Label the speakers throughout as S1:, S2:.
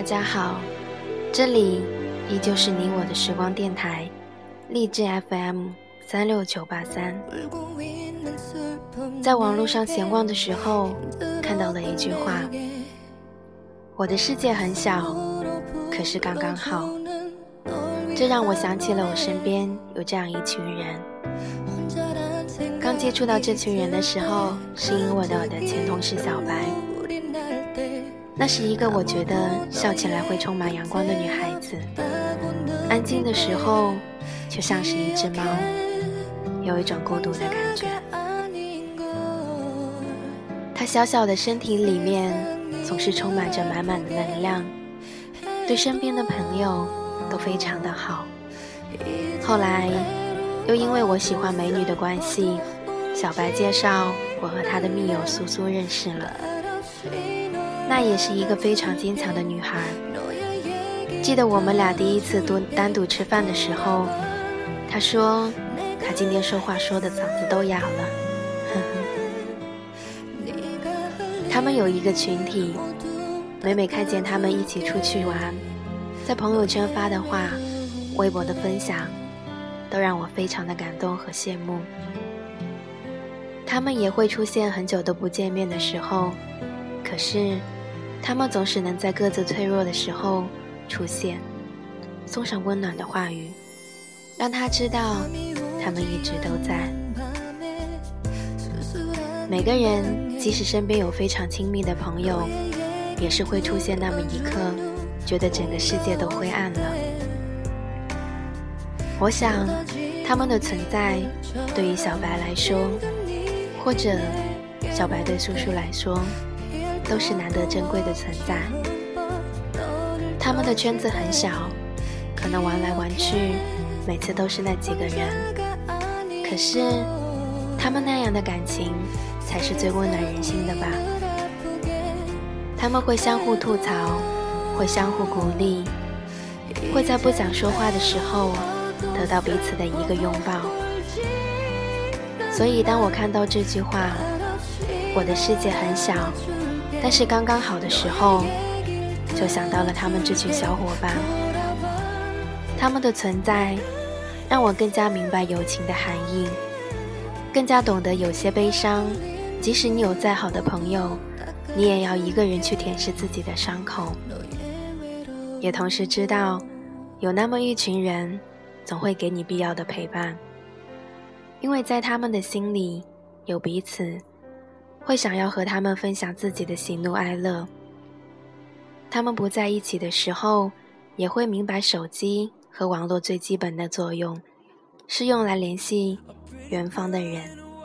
S1: 大家好，这里依旧是你我的时光电台，励志 FM36983。在网络上闲逛的时候，看到了一句话：我的世界很小，可是刚刚好。这让我想起了我身边有这样一群人。刚接触到这群人的时候，是因为我的前同事小白。那是一个我觉得笑起来会充满阳光的女孩子，安静的时候却像是一只猫，有一种孤独的感觉。她小小的身体里面总是充满着满满的能量，对身边的朋友都非常的好。后来又因为我喜欢美女的关系，小白介绍我和她的密友苏苏认识了。那也是一个非常坚强的女孩。记得我们俩第一次单独吃饭的时候，她说她今天说话说的嗓子都哑了。他们有一个群体，每每看见他们一起出去玩，在朋友圈发的话，微博的分享，都让我非常的感动和羡慕。他们也会出现很久都不见面的时候，可是他们总是能在各自脆弱的时候出现，送上温暖的话语，让他知道他们一直都在。每个人即使身边有非常亲密的朋友，也是会出现那么一刻，觉得整个世界都灰暗了。我想他们的存在对于小白来说，或者小白对叔叔来说，都是难得珍贵的存在。他们的圈子很小，可能玩来玩去每次都是那几个人，可是他们那样的感情才是最温暖人心的吧。他们会相互吐槽，会相互鼓励，会在不想说话的时候得到彼此的一个拥抱。所以当我看到这句话，我的世界很小，但是刚刚好的时候，就想到了他们这群小伙伴。他们的存在让我更加明白友情的含义，更加懂得有些悲伤，即使你有再好的朋友，你也要一个人去舔舐自己的伤口。也同时知道有那么一群人总会给你必要的陪伴，因为在他们的心里有彼此，会想要和他们分享自己的喜怒哀乐。他们不在一起的时候，也会明白手机和网络最基本的作用是用来联系远方的人。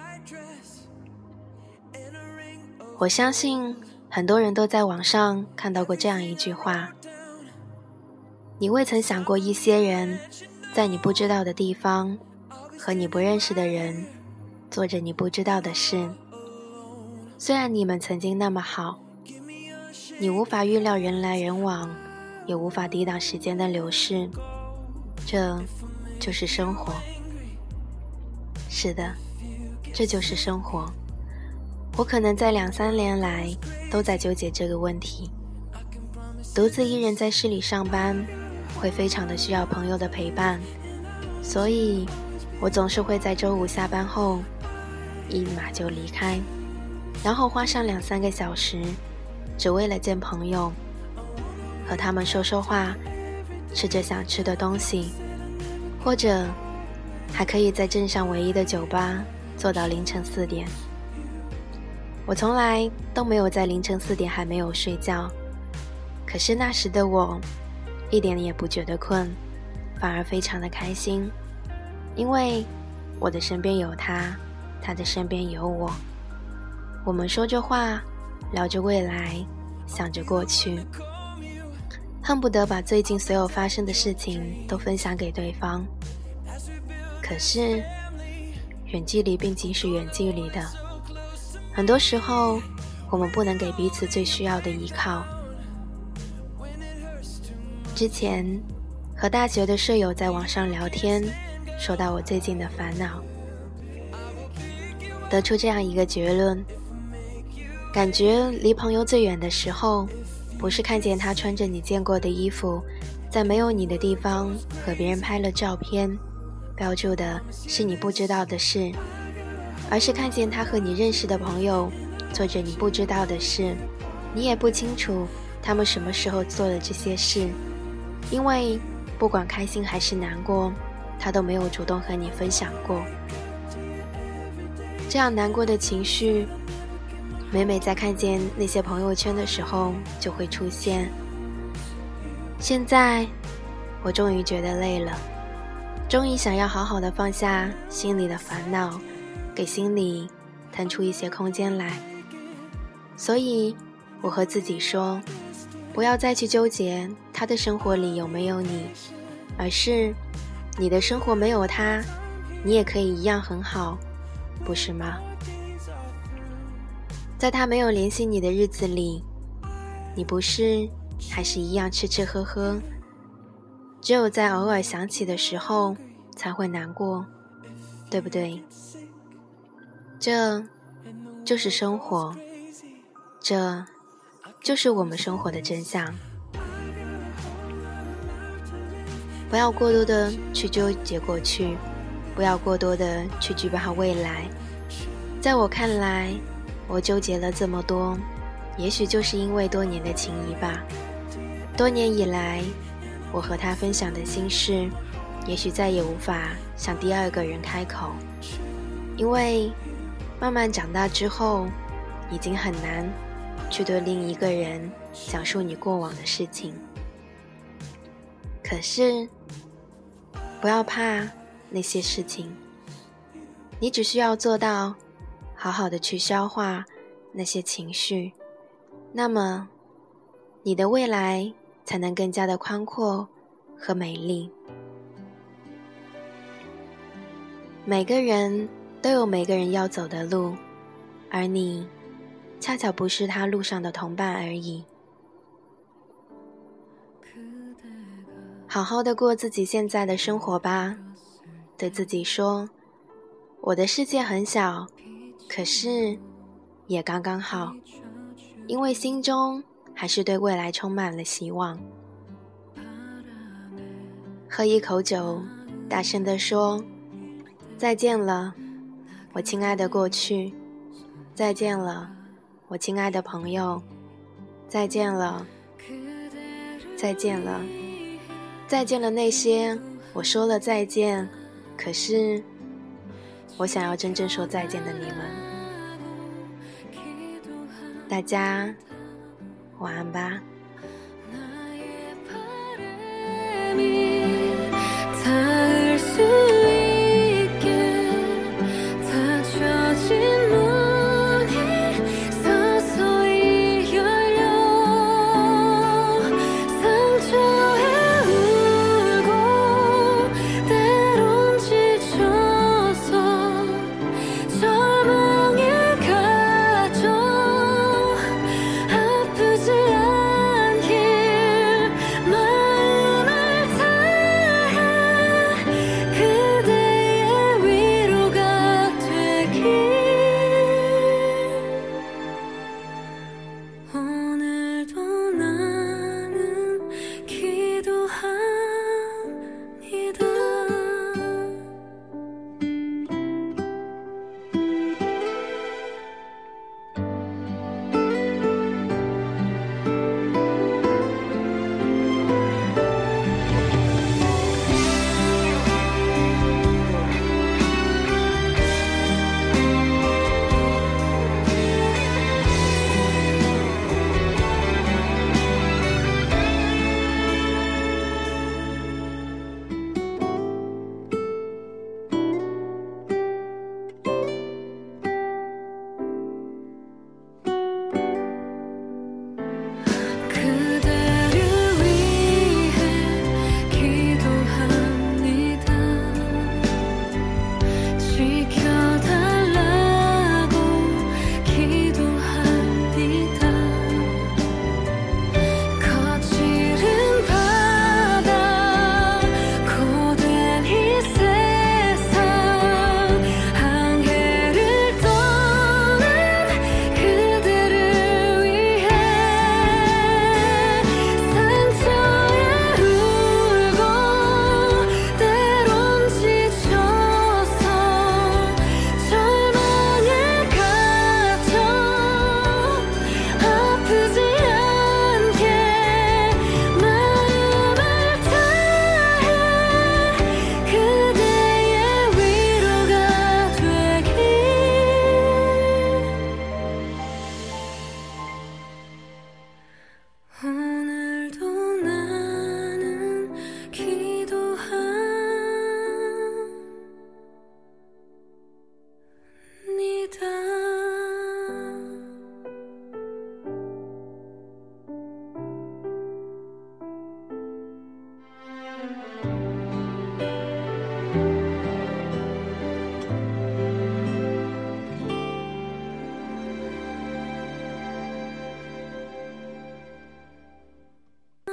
S1: 我相信很多人都在网上看到过这样一句话：你未曾想过一些人在你不知道的地方和你不认识的人做着你不知道的事。虽然你们曾经那么好，你无法预料人来人往，也无法抵挡时间的流逝，这就是生活。是的，这就是生活。我可能在2-3年来都在纠结这个问题。独自一人在市里上班，会非常的需要朋友的陪伴，所以我总是会在周五下班后一马就离开，然后花上2-3个小时，只为了见朋友，和他们说说话，吃着想吃的东西，或者还可以在镇上唯一的酒吧坐到凌晨4点。我从来都没有在凌晨4点还没有睡觉，可是那时的我一点也不觉得困，反而非常的开心，因为我的身边有他，他的身边有我。我们说着话，聊着未来，想着过去，恨不得把最近所有发生的事情都分享给对方。可是远距离并仅是远距离的，很多时候我们不能给彼此最需要的依靠。之前和大学的舍友在网上聊天，说到我最近的烦恼，得出这样一个结论：感觉离朋友最远的时候， 不是看见他穿着你见过的衣服，在没有你的地方和别人拍了照片，标注的是你不知道的事，而是看见他和你认识的朋友做着你不知道的事，你也不清楚他们什么时候做了这些事，因为不管开心还是难过，他都没有主动和你分享过。这样难过的情绪每每在看见那些朋友圈的时候就会出现。现在我终于觉得累了，终于想要好好的放下心里的烦恼，给心里腾出一些空间来。所以我和自己说，不要再去纠结他的生活里有没有你，而是你的生活没有他，你也可以一样很好，不是吗？在他没有联系你的日子里，你不是还是一样吃吃喝喝，只有在偶尔想起的时候才会难过，对不对？这就是生活，这就是我们生活的真相。不要过多的去纠结过去，不要过多的去惧怕未来。在我看来，我纠结了这么多，也许就是因为多年的情谊吧。多年以来，我和他分享的心事，也许再也无法向第二个人开口，因为慢慢长大之后，已经很难去对另一个人讲述你过往的事情。可是，不要怕那些事情，你只需要做到好好的去消化那些情绪，那么你的未来才能更加的宽阔和美丽。每个人都有每个人要走的路，而你恰巧不是他路上的同伴而已。好好的过自己现在的生活吧，对自己说，我的世界很小，可是也刚刚好，因为心中还是对未来充满了希望。喝一口酒，大声地说，再见了，我亲爱的过去，再见了，我亲爱的朋友，再见了，再见了，再见了那些我说了再见，可是我想要真正说再见的你们。大家晚安吧。닿을 수